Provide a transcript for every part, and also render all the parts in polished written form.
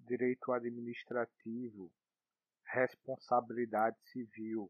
direito administrativo, responsabilidade civil.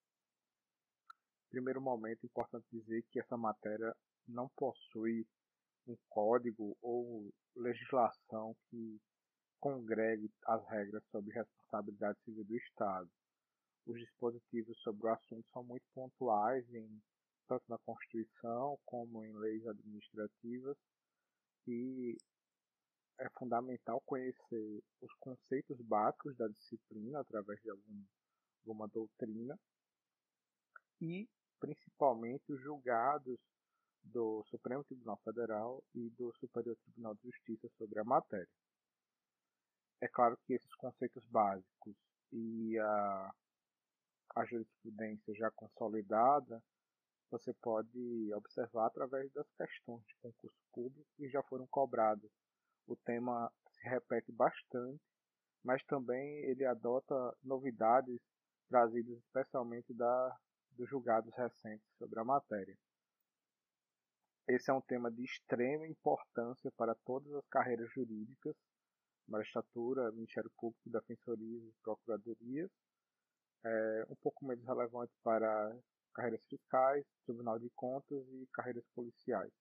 Em primeiro momento, é importante dizer que essa matéria não possui um código ou legislação que congregue as regras sobre responsabilidade civil do Estado. Os dispositivos sobre o assunto são muito pontuais, tanto na Constituição como em leis administrativas, e é fundamental conhecer os conceitos básicos da disciplina através de alguma doutrina e, principalmente, os julgados do Supremo Tribunal Federal e do Superior Tribunal de Justiça sobre a matéria. É claro que esses conceitos básicos e a jurisprudência já consolidada você pode observar através das questões de concurso público que já foram cobradas. O tema se repete bastante, mas também ele adota novidades trazidas especialmente dos julgados recentes sobre a matéria. Esse é um tema de extrema importância para todas as carreiras jurídicas, magistratura, Ministério Público, defensorias e procuradorias, um pouco menos relevante para carreiras fiscais, Tribunal de Contas e carreiras policiais.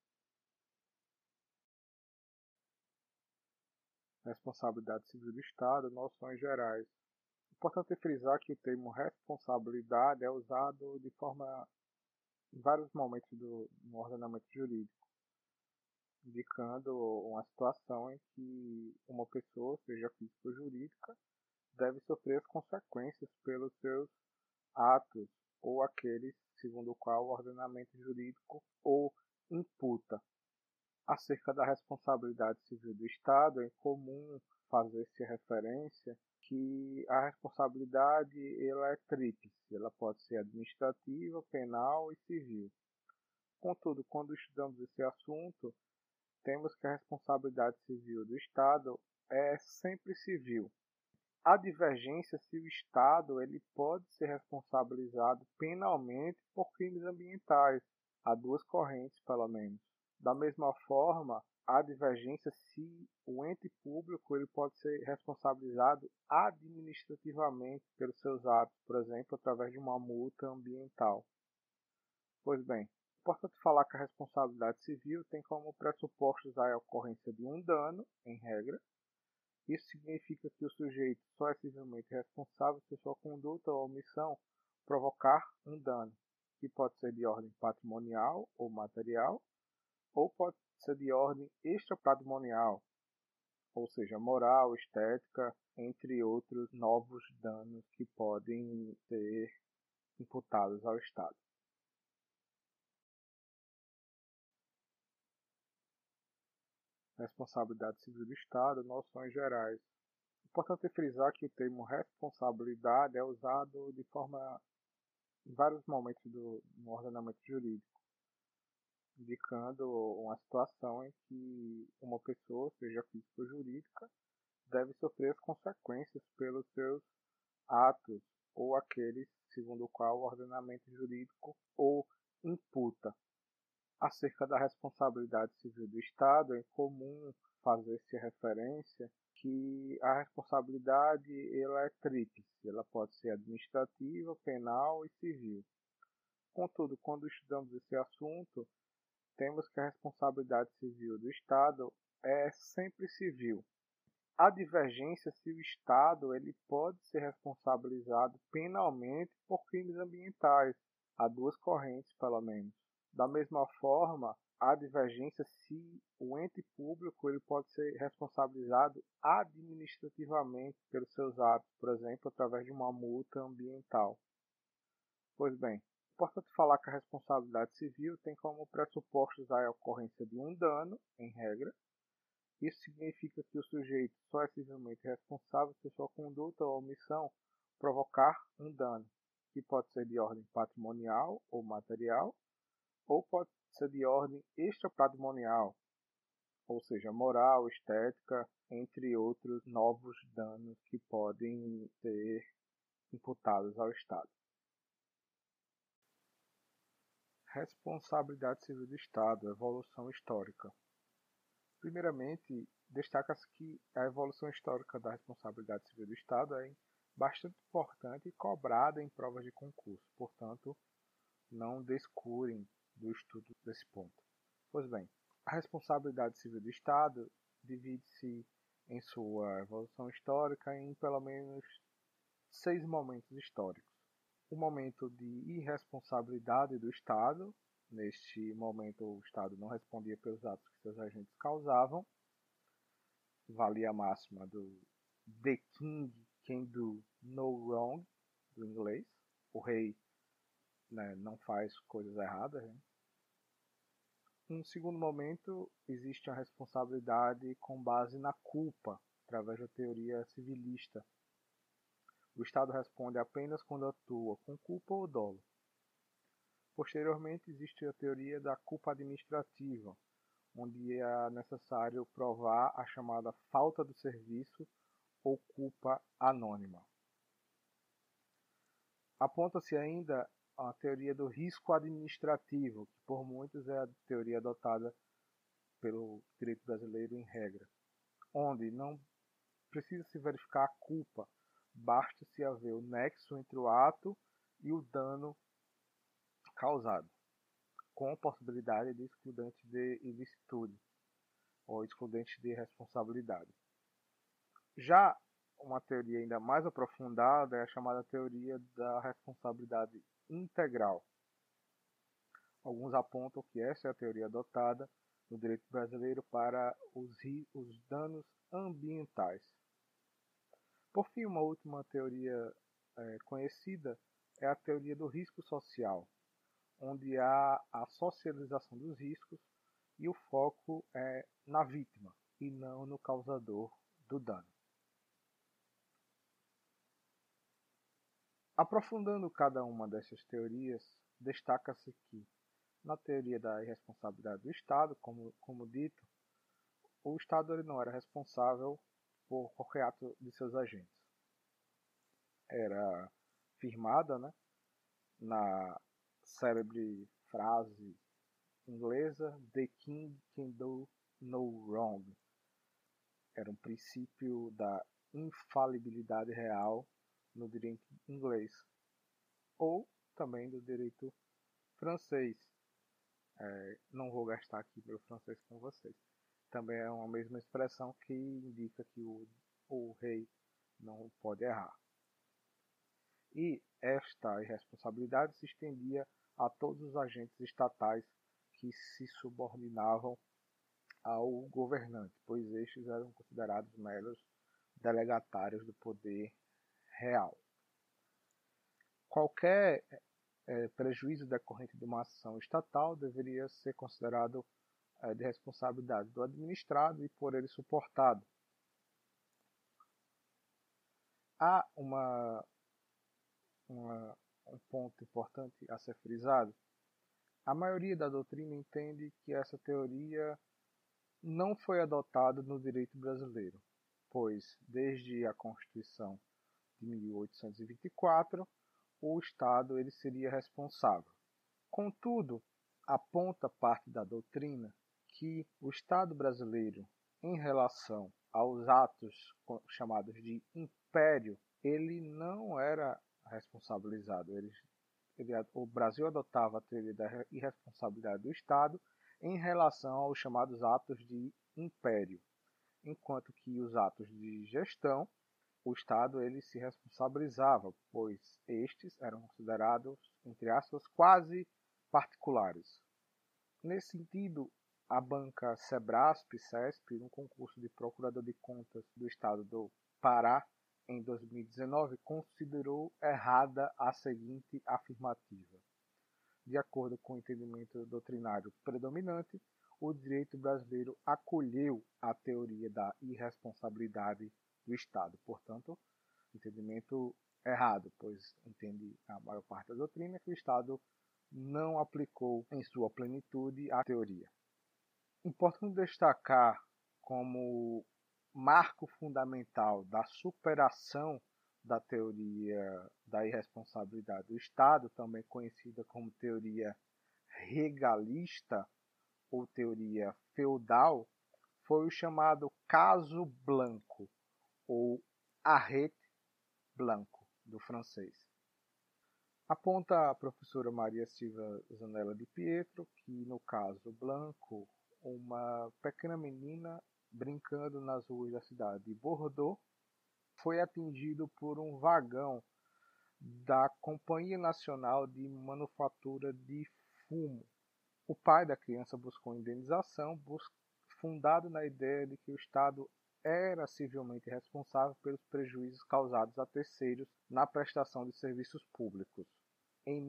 Responsabilidade civil do Estado, noções gerais. Importante frisar que o termo responsabilidade é usado de forma em vários momentos no ordenamento jurídico, indicando uma situação em que uma pessoa, seja física ou jurídica, deve sofrer as consequências pelos seus atos ou aqueles segundo o qual o ordenamento jurídico o imputa. Acerca da responsabilidade civil do Estado, é comum fazer-se referência que a responsabilidade ela é tríplice, ela pode ser administrativa, penal e civil. Contudo, quando estudamos esse assunto, temos que a responsabilidade civil do Estado é sempre civil. Há divergência se o Estado ele pode ser responsabilizado penalmente por crimes ambientais. Há duas correntes, pelo menos. Da mesma forma, há divergência se o ente público ele pode ser responsabilizado administrativamente pelos seus atos, por exemplo, através de uma multa ambiental. Pois bem, é importante falar que a responsabilidade civil tem como pressupostos a ocorrência de um dano, em regra. Isso significa que o sujeito só é civilmente responsável se sua conduta ou omissão provocar um dano, que pode ser de ordem patrimonial ou material, ou pode ser de ordem extrapatrimonial, ou seja, moral, estética, entre outros novos danos que podem ser imputados ao Estado. Responsabilidade civil do Estado, noções gerais. Importante frisar que o termo responsabilidade é usado de forma em vários momentos no ordenamento jurídico, indicando uma situação em que uma pessoa, seja física ou jurídica, deve sofrer as consequências pelos seus atos ou aqueles segundo o qual o ordenamento jurídico o imputa. Acerca da responsabilidade civil do Estado, é comum fazer-se referência que a responsabilidade ela é tríplice, ela pode ser administrativa, penal e civil. Contudo, quando estudamos esse assunto, temos que a responsabilidade civil do Estado é sempre civil. Há divergência se o Estado ele pode ser responsabilizado penalmente por crimes ambientais. Há duas correntes, pelo menos. Da mesma forma, há divergência se o ente público ele pode ser responsabilizado administrativamente pelos seus atos, por exemplo, através de uma multa ambiental. Pois bem, é importante falar que a responsabilidade civil tem como pressupostos a ocorrência de um dano, em regra. Isso significa que o sujeito só é civilmente responsável se sua conduta ou omissão provocar um dano, que pode ser de ordem patrimonial ou material, ou pode ser de ordem extrapatrimonial, ou seja, moral, estética, entre outros novos danos que podem ser imputados ao Estado. Responsabilidade civil do Estado, evolução histórica. Primeiramente, destaca-se que a evolução histórica da responsabilidade civil do Estado é bastante importante e cobrada em provas de concurso, portanto, não descurem do estudo desse ponto. Pois bem, a responsabilidade civil do Estado divide-se em sua evolução histórica em pelo menos 6 momentos históricos. O momento de irresponsabilidade do Estado. Neste momento, o Estado não respondia pelos atos que seus agentes causavam. Valia a máxima do The King can do no wrong, do inglês. O rei, né, não faz coisas erradas. Né? Um segundo momento, existe a responsabilidade com base na culpa, através da teoria civilista. O Estado responde apenas quando atua com culpa ou dolo. Posteriormente, existe a teoria da culpa administrativa, onde é necessário provar a chamada falta do serviço ou culpa anônima. Aponta-se ainda a teoria do risco administrativo, que por muitos é a teoria adotada pelo direito brasileiro em regra, onde não precisa se verificar a culpa, basta-se haver o nexo entre o ato e o dano causado, com possibilidade de excludente de ilicitude ou excludente de responsabilidade. Já uma teoria ainda mais aprofundada é a chamada teoria da responsabilidade integral. Alguns apontam que essa é a teoria adotada no direito brasileiro para os danos ambientais. Por fim, uma última teoria conhecida é a teoria do risco social, onde há a socialização dos riscos e o foco é na vítima e não no causador do dano. Aprofundando cada uma dessas teorias, destaca-se que, na teoria da irresponsabilidade do Estado, como dito, o Estado ele não era responsável por qualquer ato de seus agentes. Era firmada, né, na célebre frase inglesa "The King can do no wrong". Era um princípio da infalibilidade real no direito inglês, ou também do direito francês. Não vou gastar aqui pelo francês com vocês. Também é uma mesma expressão que indica que o rei não pode errar. E esta irresponsabilidade se estendia a todos os agentes estatais que se subordinavam ao governante, pois estes eram considerados meros delegatários do poder real. Qualquer prejuízo decorrente de uma ação estatal deveria ser considerado de responsabilidade do administrado e por ele suportado. Há um ponto importante a ser frisado. A maioria da doutrina entende que essa teoria não foi adotada no direito brasileiro, pois, desde a Constituição de 1824, o Estado ele seria responsável. Contudo, aponta parte da doutrina que o Estado brasileiro, em relação aos atos chamados de império, ele não era responsabilizado. O Brasil adotava a teoria da irresponsabilidade do Estado em relação aos chamados atos de império, enquanto que os atos de gestão, o Estado ele se responsabilizava, pois estes eram considerados, entre aspas, quase particulares. Nesse sentido, a banca Sebrasp-Cesp, no concurso de Procurador de Contas do Estado do Pará, em 2019, considerou errada a seguinte afirmativa. De acordo com o entendimento doutrinário predominante, o direito brasileiro acolheu a teoria da irresponsabilidade do Estado. Portanto, entendimento errado, pois entende a maior parte da doutrina que o Estado não aplicou em sua plenitude a teoria. Importante destacar como marco fundamental da superação da teoria da irresponsabilidade do Estado, também conhecida como teoria regalista ou teoria feudal, foi o chamado Caso Blanco, ou Arrêt Blanco, do francês. Aponta a professora Maria Silva Zanella de Pietro que, no caso Blanco, uma pequena menina brincando nas ruas da cidade de Bordeaux foi atingido por um vagão da Companhia Nacional de Manufatura de Fumo. O pai da criança buscou indenização, fundado na ideia de que o Estado era civilmente responsável pelos prejuízos causados a terceiros na prestação de serviços públicos. Em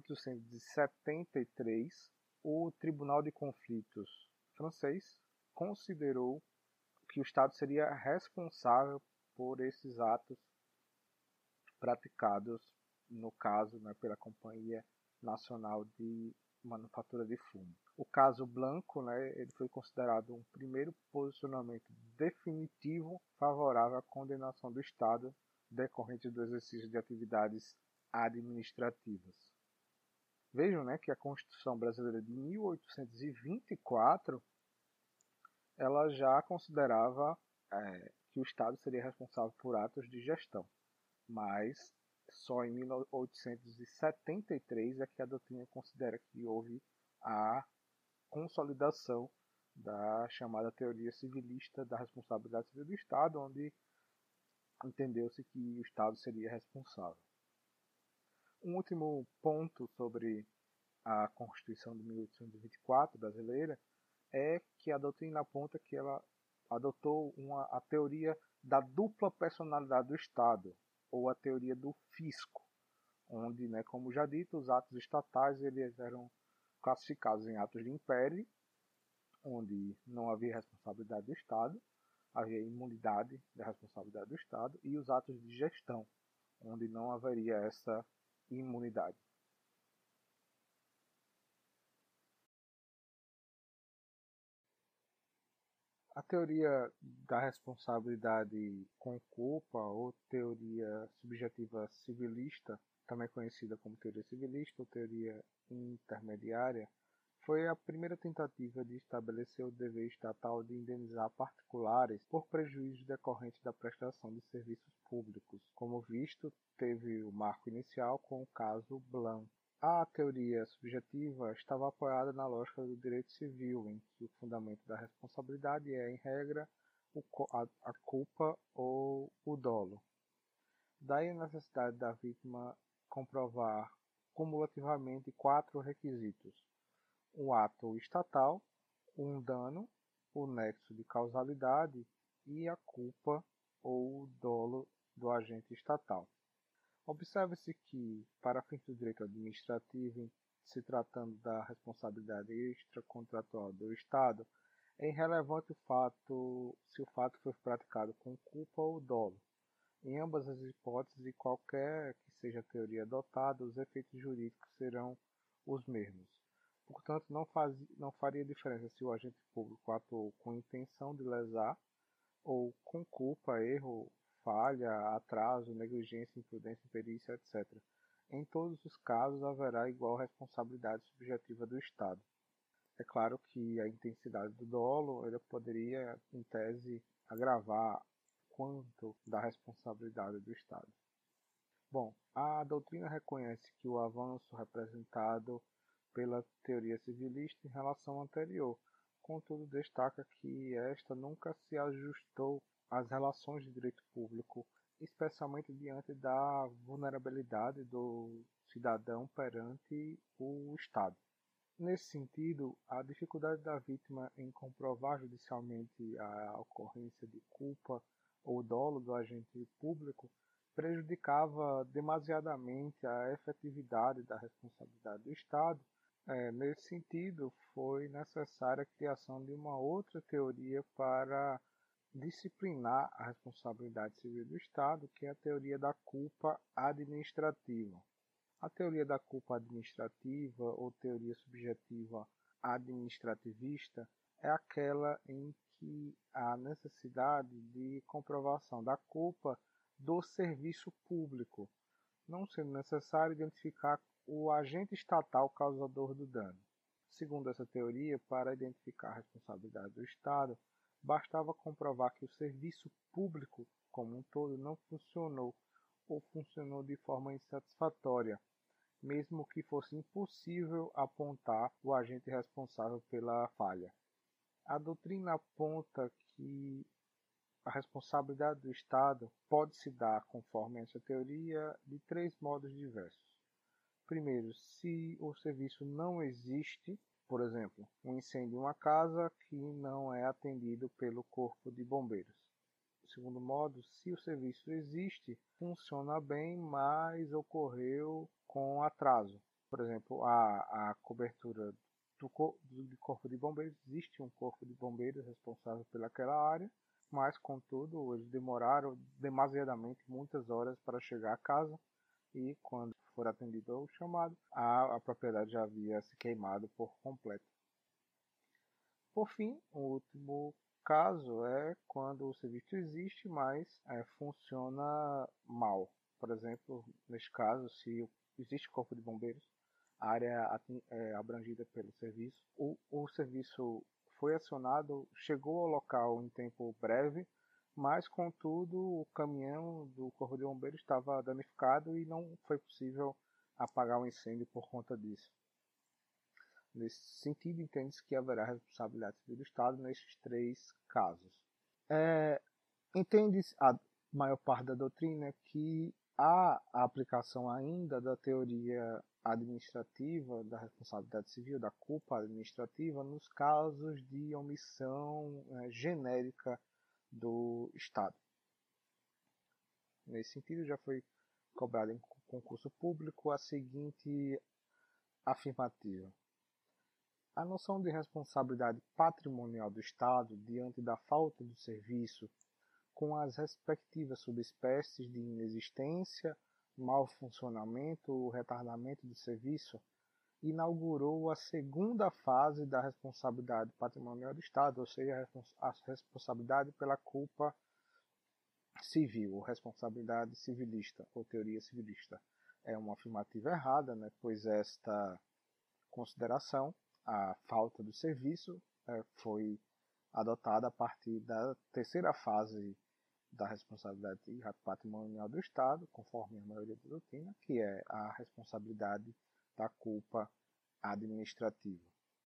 1873, o Tribunal de Conflitos francês considerou que o Estado seria responsável por esses atos praticados, no caso, né, pela Companhia Nacional de Manufatura de Fumo. O caso Blanco, né, ele foi considerado um primeiro posicionamento definitivo favorável à condenação do Estado decorrente do exercício de atividades administrativas. Vejam, né, que a Constituição Brasileira de 1824 ela já considerava que o Estado seria responsável por atos de gestão, mas só em 1873 é que a doutrina considera que houve a consolidação da chamada teoria civilista da responsabilidade civil do Estado, onde entendeu-se que o Estado seria responsável. Um último ponto sobre a Constituição de 1824 brasileira é que a doutrina aponta que ela adotou a teoria da dupla personalidade do Estado, ou a teoria do fisco, onde, né, como já dito, os atos estatais eles eram classificados em atos de império, onde não havia responsabilidade do Estado, havia imunidade da responsabilidade do Estado, e os atos de gestão, onde não haveria essa imunidade. A teoria da responsabilidade com culpa, ou teoria subjetiva civilista, também conhecida como teoria civilista ou teoria intermediária, foi a primeira tentativa de estabelecer o dever estatal de indenizar particulares por prejuízos decorrentes da prestação de serviços públicos. Como visto, teve o marco inicial com o caso Blanco. A teoria subjetiva estava apoiada na lógica do direito civil, em que o fundamento da responsabilidade é, em regra, a culpa ou o dolo. Daí a necessidade da vítima comprovar cumulativamente 4 requisitos: um ato estatal, um dano, o nexo de causalidade e a culpa ou o dolo do agente estatal. Observe-se que, para fins do direito administrativo, se tratando da responsabilidade extracontratual do Estado, é irrelevante se o fato foi praticado com culpa ou dolo. Em ambas as hipóteses, e qualquer que seja a teoria adotada, os efeitos jurídicos serão os mesmos. Portanto, não faria diferença se o agente público atuou com intenção de lesar ou com culpa, erro, falha, atraso, negligência, imprudência, imperícia, etc. Em todos os casos, haverá igual responsabilidade subjetiva do Estado. É claro que a intensidade do dolo ele poderia, em tese, agravar quanto da responsabilidade do Estado. Bom, a doutrina reconhece que o avanço representado pela teoria civilista em relação ao anterior, contudo destaca que esta nunca se ajustou às relações de direito público, especialmente diante da vulnerabilidade do cidadão perante o Estado. Nesse sentido, a dificuldade da vítima em comprovar judicialmente a ocorrência de culpa ou dolo do agente público prejudicava demasiadamente a efetividade da responsabilidade do Estado. Nesse sentido, foi necessária a criação de uma outra teoria para disciplinar a responsabilidade civil do Estado, que é a teoria da culpa administrativa. A teoria da culpa administrativa ou teoria subjetiva administrativista é aquela em que há necessidade de comprovação da culpa do serviço público, não sendo necessário identificar o agente estatal causador do dano. Segundo essa teoria, para identificar a responsabilidade do Estado, bastava comprovar que o serviço público como um todo não funcionou ou funcionou de forma insatisfatória, mesmo que fosse impossível apontar o agente responsável pela falha. A doutrina aponta que a responsabilidade do Estado pode se dar, conforme essa teoria, de três modos diversos. Primeiro, se o serviço não existe, por exemplo, um incêndio em uma casa que não é atendido pelo corpo de bombeiros. Segundo modo, se o serviço existe, funciona bem, mas ocorreu com atraso. Por exemplo, a cobertura do corpo de bombeiros, existe um corpo de bombeiros responsável pelaquela área, mas contudo eles demoraram demasiadamente muitas horas para chegar à casa e quando for atendido ao chamado, a propriedade já havia se queimado por completo. Por fim, o último caso é quando o serviço existe, mas funciona mal. Por exemplo, neste caso, se existe corpo de bombeiros, a área é abrangida pelo serviço, o serviço foi acionado, chegou ao local em tempo breve, mas contudo o caminhão do corpo de bombeiros estava danificado e não foi possível apagar o incêndio por conta disso. Nesse sentido, entende-se que haverá responsabilidade civil do Estado nesses três casos. Entende-se a maior parte da doutrina que há a aplicação ainda da teoria administrativa da responsabilidade civil, da culpa administrativa, nos casos de omissão genérica do Estado. Nesse sentido, já foi cobrada em concurso público a seguinte afirmativa: a noção de responsabilidade patrimonial do Estado diante da falta do serviço, com as respectivas subespécies de inexistência, mau funcionamento ou retardamento do serviço, inaugurou a segunda fase da responsabilidade patrimonial do Estado, ou seja, a responsabilidade pela culpa civil, ou responsabilidade civilista, ou teoria civilista. É uma afirmativa errada, né, pois esta consideração, a falta do serviço, foi adotada a partir da terceira fase da responsabilidade patrimonial do Estado, conforme a maioria da doutrina, que é a responsabilidade da culpa administrativa.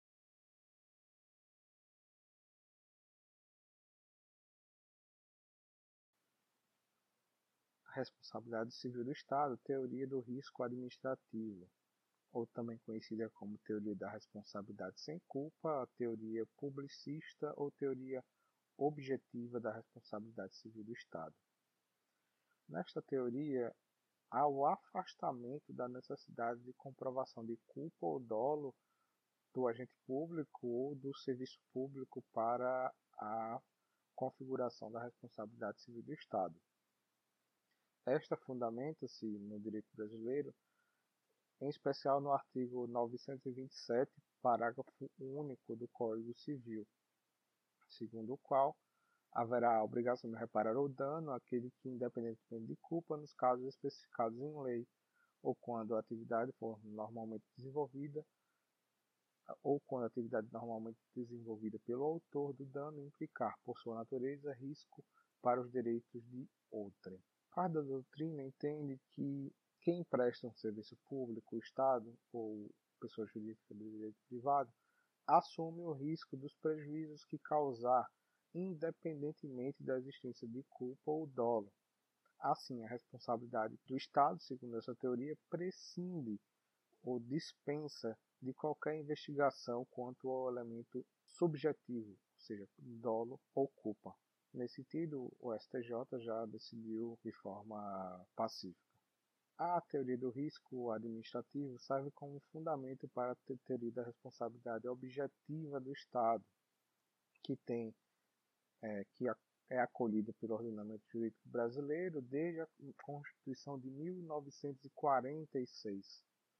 A responsabilidade civil do Estado, teoria do risco administrativo, ou também conhecida como teoria da responsabilidade sem culpa, a teoria publicista ou teoria objetiva da responsabilidade civil do Estado. Nesta teoria, há o afastamento da necessidade de comprovação de culpa ou dolo do agente público ou do serviço público para a configuração da responsabilidade civil do Estado. Esta fundamenta-se no direito brasileiro, em especial no artigo 927, parágrafo único do Código Civil, segundo o qual haverá a obrigação de reparar o dano àquele que, independentemente de culpa, nos casos especificados em lei, ou quando a atividade for normalmente desenvolvida, ou quando a atividade normalmente desenvolvida pelo autor do dano implicar, por sua natureza, risco para os direitos de outrem. Parte da doutrina entende que quem presta um serviço público, o Estado ou pessoa jurídica do direito privado, assume o risco dos prejuízos que causar, independentemente da existência de culpa ou dolo. Assim, a responsabilidade do Estado, segundo essa teoria, prescinde ou dispensa de qualquer investigação quanto ao elemento subjetivo, ou seja, dolo ou culpa. Nesse sentido, o STJ já decidiu de forma pacífica. A teoria do risco administrativo serve como fundamento para a teoria da responsabilidade objetiva do Estado, que é acolhida pelo ordenamento jurídico brasileiro desde a Constituição de 1946.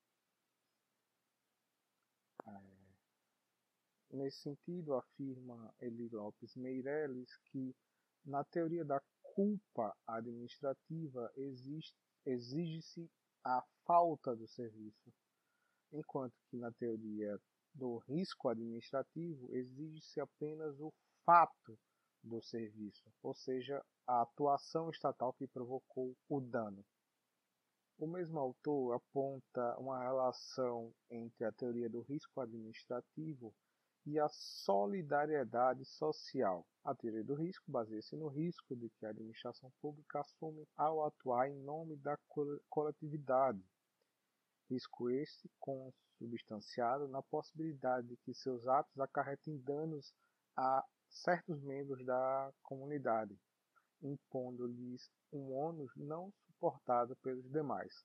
Nesse sentido, afirma Eli Lopes Meireles que, na teoria da culpa administrativa, exige-se a falta do serviço, enquanto que na teoria do risco administrativo exige-se apenas o fato do serviço, ou seja, a atuação estatal que provocou o dano. O mesmo autor aponta uma relação entre a teoria do risco administrativo e a solidariedade social. A teoria do risco baseia-se no risco de que a administração pública assume ao atuar em nome da coletividade. Risco este consubstanciado na possibilidade de que seus atos acarretem danos a certos membros da comunidade, impondo-lhes um ônus não suportado pelos demais.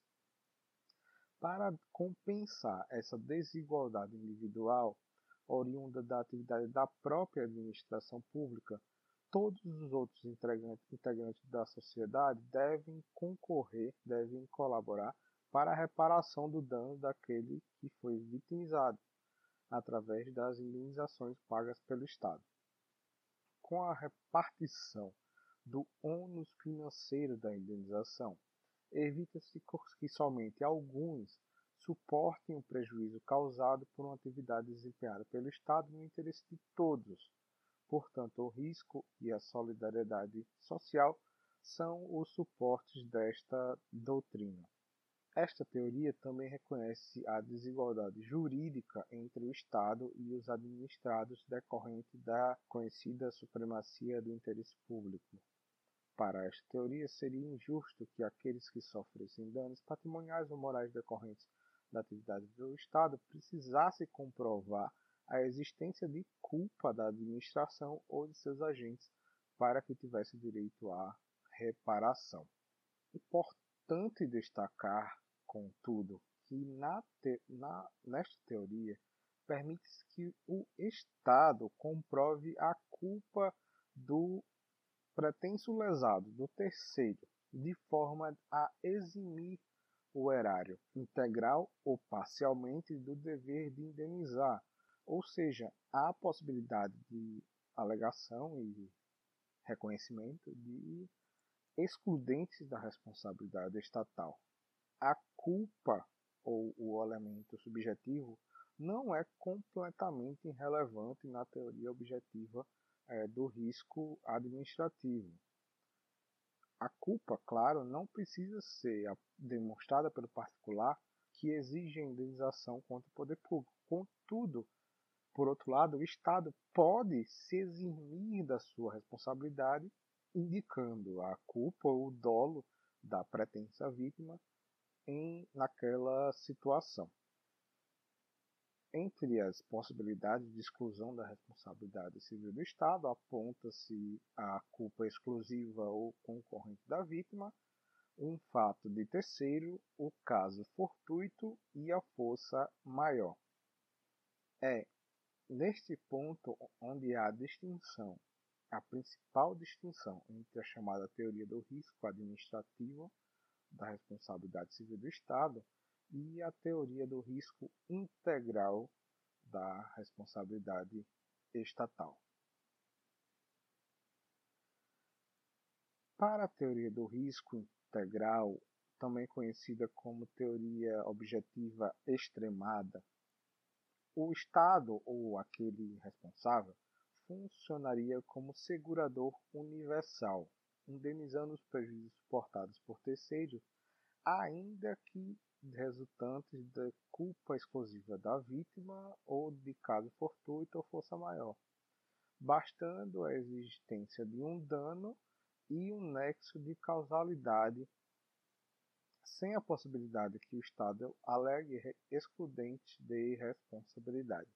Para compensar essa desigualdade individual, oriunda da atividade da própria administração pública, todos os outros integrantes da sociedade devem concorrer, devem colaborar para a reparação do dano daquele que foi vitimizado, através das indenizações pagas pelo Estado. Com a repartição do ônus financeiro da indenização, evita-se que somente alguns suportem o prejuízo causado por uma atividade desempenhada pelo Estado no interesse de todos. Portanto, o risco e a solidariedade social são os suportes desta doutrina. Esta teoria também reconhece a desigualdade jurídica entre o Estado e os administrados decorrente da conhecida supremacia do interesse público. Para esta teoria, seria injusto que aqueles que sofressem danos patrimoniais ou morais decorrentes da atividade do Estado precisassem comprovar a existência de culpa da administração ou de seus agentes para que tivesse direito à reparação. Importante destacar, contudo, que nesta teoria permite-se que o Estado comprove a culpa do pretenso lesado do terceiro, de forma a eximir o erário, integral ou parcialmente, do dever de indenizar, ou seja, há a possibilidade de alegação e reconhecimento de excludentes da responsabilidade estatal. A culpa ou o elemento subjetivo não é completamente irrelevante na teoria objetiva do risco administrativo. A culpa, claro, não precisa ser demonstrada pelo particular que exige a indenização contra o poder público. Contudo, por outro lado, o Estado pode se eximir da sua responsabilidade, indicando a culpa ou o dolo da pretensa vítima naquela situação. Entre as possibilidades de exclusão da responsabilidade civil do Estado, aponta-se a culpa exclusiva ou concorrente da vítima, um fato de terceiro, o caso fortuito e a força maior. É neste ponto onde há distinção, a principal distinção entre a chamada teoria do risco administrativo da responsabilidade civil do Estado e a teoria do risco integral da responsabilidade estatal. Para a teoria do risco integral, também conhecida como teoria objetiva extremada, o Estado ou aquele responsável funcionaria como segurador universal, indenizando os prejuízos suportados por terceiros, ainda que resultantes da culpa exclusiva da vítima ou de caso fortuito ou força maior, bastando a existência de um dano e um nexo de causalidade, sem a possibilidade que o Estado alegue excludentes de responsabilidade.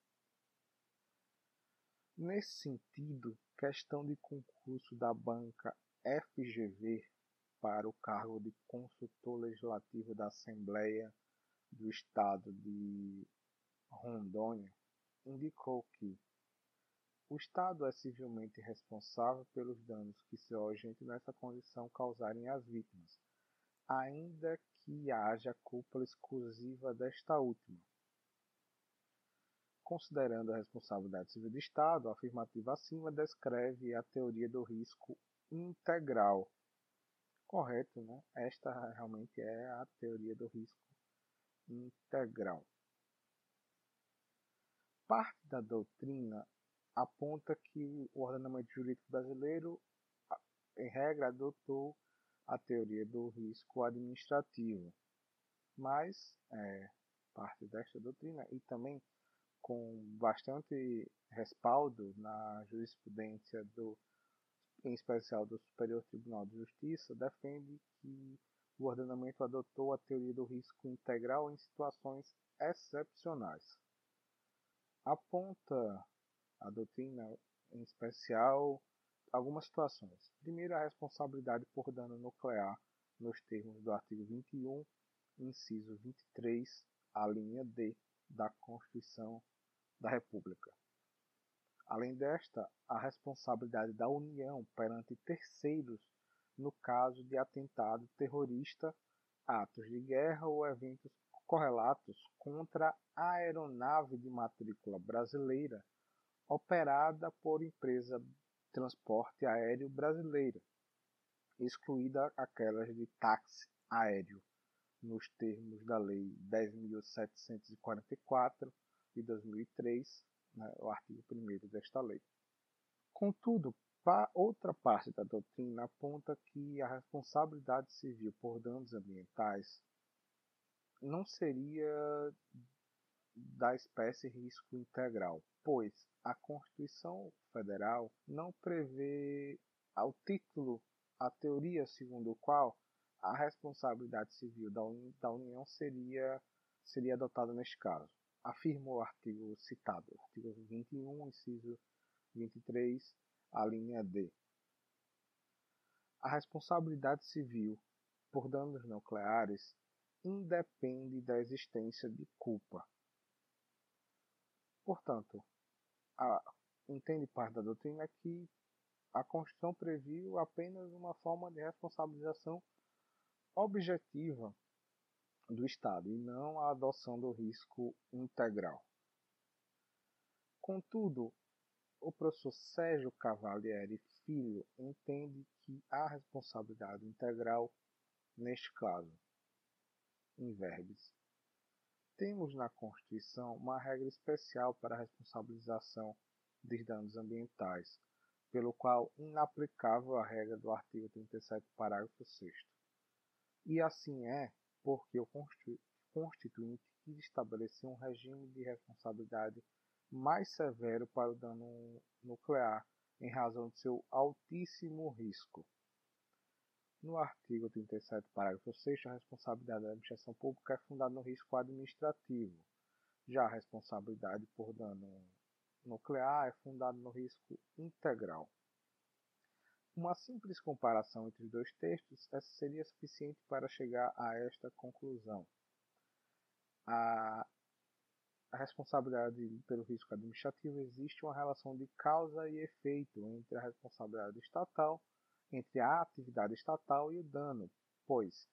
Nesse sentido, questão de concurso da banca FGV para o cargo de consultor legislativo da Assembleia do Estado de Rondônia indicou que o Estado é civilmente responsável pelos danos que seu agente nessa condição causarem às vítimas, ainda que haja culpa exclusiva desta última. Considerando a responsabilidade civil do Estado, a afirmativa acima descreve a teoria do risco integral. Correto, né? Esta realmente é a teoria do risco integral. Parte da doutrina aponta que o ordenamento jurídico brasileiro, em regra, adotou a teoria do risco administrativo, mas parte desta doutrina e também com bastante respaldo na jurisprudência em especial do Superior Tribunal de Justiça, defende que o ordenamento adotou a teoria do risco integral em situações excepcionais. Aponta a doutrina, em especial, algumas situações. Primeiro, a responsabilidade por dano nuclear, nos termos do artigo 21, inciso 23, a linha D da Constituição da República. Além desta, a responsabilidade da União perante terceiros no caso de atentado terrorista, atos de guerra ou eventos correlatos contra a aeronave de matrícula brasileira operada por empresa de transporte aéreo brasileira, excluída aquelas de táxi aéreo, nos termos da Lei 10.744 de 2003, né, o artigo 1º desta lei. Contudo, outra parte da doutrina aponta que a responsabilidade civil por danos ambientais não seria da espécie risco integral, pois a Constituição Federal não prevê ao título a teoria segundo o qual a responsabilidade civil da União seria adotada neste caso. Afirma o artigo citado, artigo 21, inciso 23, a linha D. A responsabilidade civil por danos nucleares independe da existência de culpa. Portanto, entende parte da doutrina que a Constituição previu apenas uma forma de responsabilização objetiva do Estado e não a adoção do risco integral. Contudo, o professor Sérgio Cavalieri Filho entende que a responsabilidade integral, neste caso, in verbis, temos na Constituição uma regra especial para a responsabilização dos danos ambientais, pelo qual inaplicável a regra do artigo 37, parágrafo 6º. E assim é porque o Constituinte quis estabelecer um regime de responsabilidade mais severo para o dano nuclear, em razão de seu altíssimo risco. No artigo 37, parágrafo 6º, a responsabilidade da administração pública é fundada no risco administrativo. Já a responsabilidade por dano nuclear é fundada no risco integral. Uma simples comparação entre os dois textos seria suficiente para chegar a esta conclusão. A responsabilidade pelo risco administrativo existe uma relação de causa e efeito entre a responsabilidade estatal, entre a atividade estatal e o dano, pois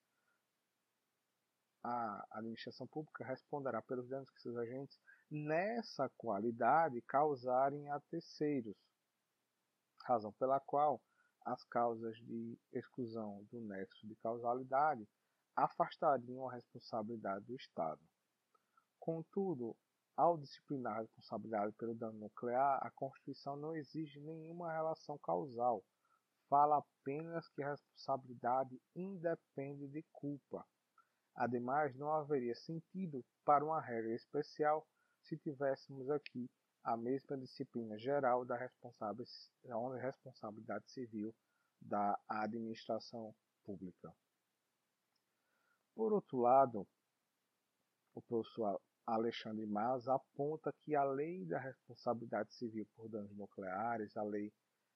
a administração pública responderá pelos danos que seus agentes, nessa qualidade, causarem a terceiros, razão pela qual as causas de exclusão do nexo de causalidade afastariam a responsabilidade do Estado. Contudo, ao disciplinar a responsabilidade pelo dano nuclear, a Constituição não exige nenhuma relação causal, fala apenas que a responsabilidade independe de culpa. Ademais, não haveria sentido para uma regra especial se tivéssemos aqui a mesma disciplina geral da responsabilidade civil da administração pública. Por outro lado, o professor Alexandre Mas aponta que a Lei da Responsabilidade Civil por Danos Nucleares, a Lei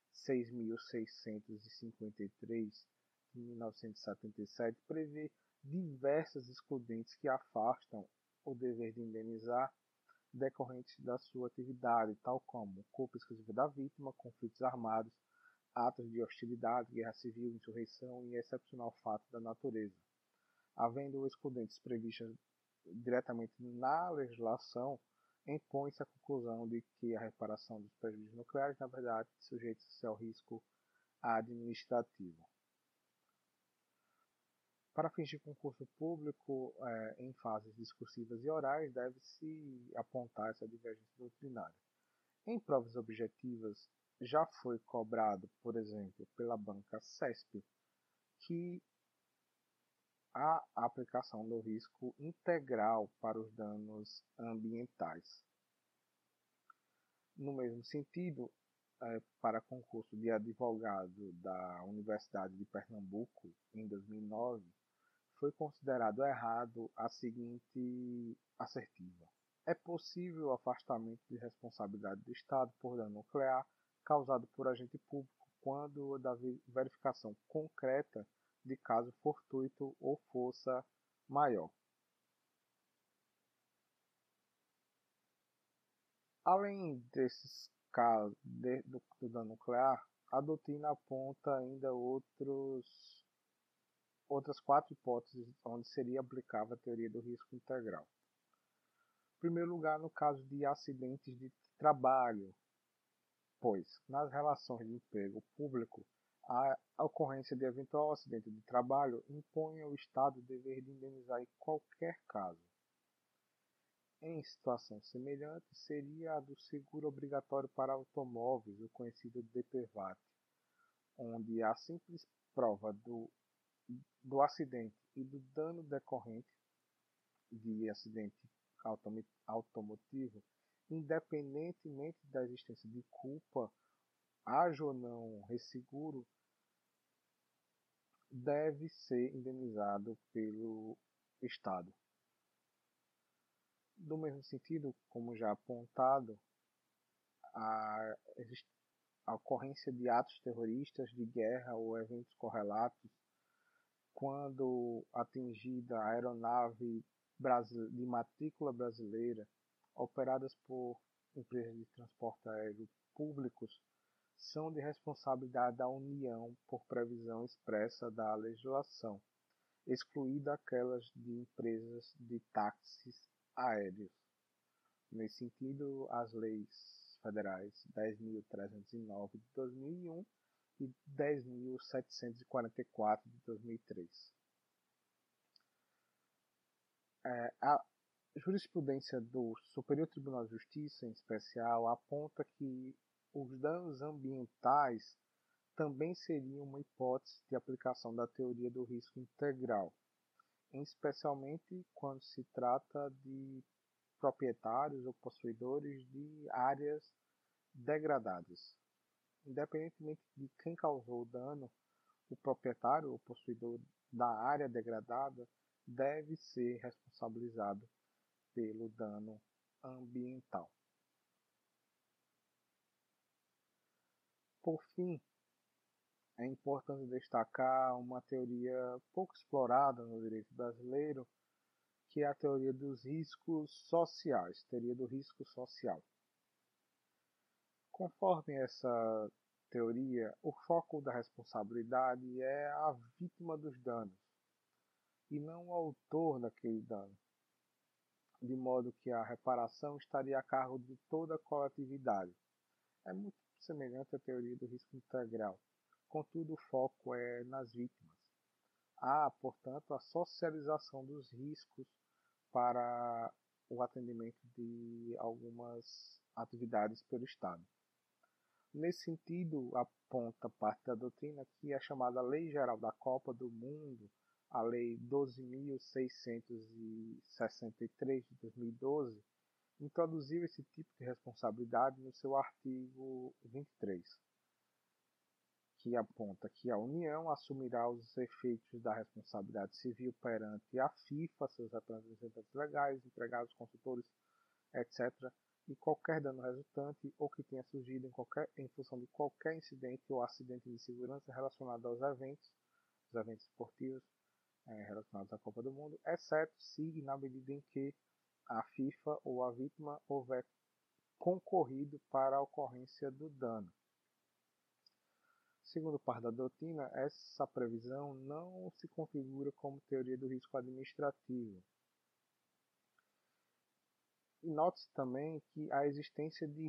6.653 de 1977, prevê diversas excludentes que afastam o dever de indenizar decorrentes da sua atividade, tal como culpa exclusiva da vítima, conflitos armados, atos de hostilidade, guerra civil, insurreição e excepcional fato da natureza. Havendo excludentes previstas diretamente na legislação, impõe-se a conclusão de que a reparação dos prejuízos nucleares, na verdade, sujeita-se ao risco administrativo. Para fins de concurso público, em fases discursivas e orais, deve-se apontar essa divergência doutrinária. Em provas objetivas, já foi cobrado, por exemplo, pela banca CESP, que a aplicação do risco integral para os danos ambientais. No mesmo sentido, para concurso de advogado da Universidade de Pernambuco, em 2009, foi considerado errado a seguinte assertiva: é possível o afastamento de responsabilidade do Estado por dano nuclear causado por agente público quando da verificação concreta de caso fortuito ou força maior. Além desses casos do dano nuclear, a doutrina aponta ainda outras quatro hipóteses onde seria aplicável a teoria do risco integral. Em primeiro lugar, no caso de acidentes de trabalho, pois, nas relações de emprego público, a ocorrência de eventual acidente de trabalho impõe ao Estado o dever de indenizar em qualquer caso. Em situação semelhante, seria a do seguro obrigatório para automóveis, o conhecido DPVAT, onde a simples prova do acidente e do dano decorrente de acidente automotivo, independentemente da existência de culpa, haja ou não resseguro, deve ser indenizado pelo Estado. Do mesmo sentido, como já apontado, a, a ocorrência de atos terroristas, de guerra ou eventos correlatos, quando atingida a aeronave de matrícula brasileira, operadas por empresas de transporte aéreo públicos, são de responsabilidade da União por previsão expressa da legislação, excluída aquelas de empresas de táxis aéreos. Nesse sentido, as leis federais 10.309 de 2001 e 10.744 de 2003. A jurisprudência do Superior Tribunal de Justiça, em especial, aponta que os danos ambientais também seriam uma hipótese de aplicação da teoria do risco integral, especialmente quando se trata de proprietários ou possuidores de áreas degradadas. Independentemente de quem causou o dano, o proprietário ou possuidor da área degradada deve ser responsabilizado pelo dano ambiental. Por fim, é importante destacar uma teoria pouco explorada no direito brasileiro, que é a teoria dos riscos sociais, teoria do risco social. Conforme essa teoria, o foco da responsabilidade é a vítima dos danos e não o autor daquele dano, de modo que a reparação estaria a cargo de toda a coletividade. É muito semelhante à teoria do risco integral, contudo o foco é nas vítimas. Há, portanto, a socialização dos riscos para o atendimento de algumas atividades pelo Estado. Nesse sentido, aponta parte da doutrina que a chamada Lei Geral da Copa do Mundo, a Lei 12.663 de 2012, introduziu esse tipo de responsabilidade no seu artigo 23, que aponta que a União assumirá os efeitos da responsabilidade civil perante a FIFA, seus representantes legais, empregados, consultores, etc., e qualquer dano resultante ou que tenha surgido em função de qualquer incidente ou acidente de segurança relacionado aos eventos esportivos relacionados à Copa do Mundo, exceto se e na medida em que a FIFA ou a vítima houver concorrido para a ocorrência do dano. Segundo parte da doutrina, essa previsão não se configura como teoria do risco administrativo. E note-se também que a existência de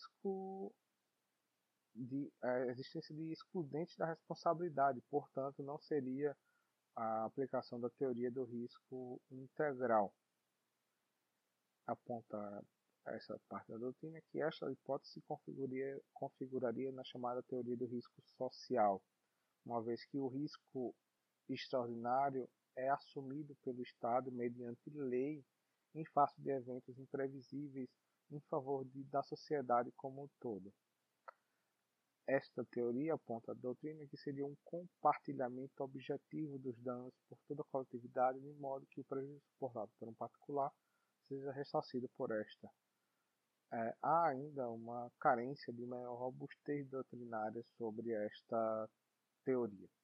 excludentes da responsabilidade, portanto, não seria a aplicação da teoria do risco integral. Aponta essa parte da doutrina, que esta hipótese configuraria na chamada teoria do risco social, uma vez que o risco extraordinário é assumido pelo Estado mediante lei em face de eventos imprevisíveis em favor da sociedade como um todo. Esta teoria aponta a doutrina que seria um compartilhamento objetivo dos danos por toda a coletividade, de modo que o prejuízo suportado por um particular seja ressarcido por esta. Há ainda uma carência de maior robustez doutrinária sobre esta teoria.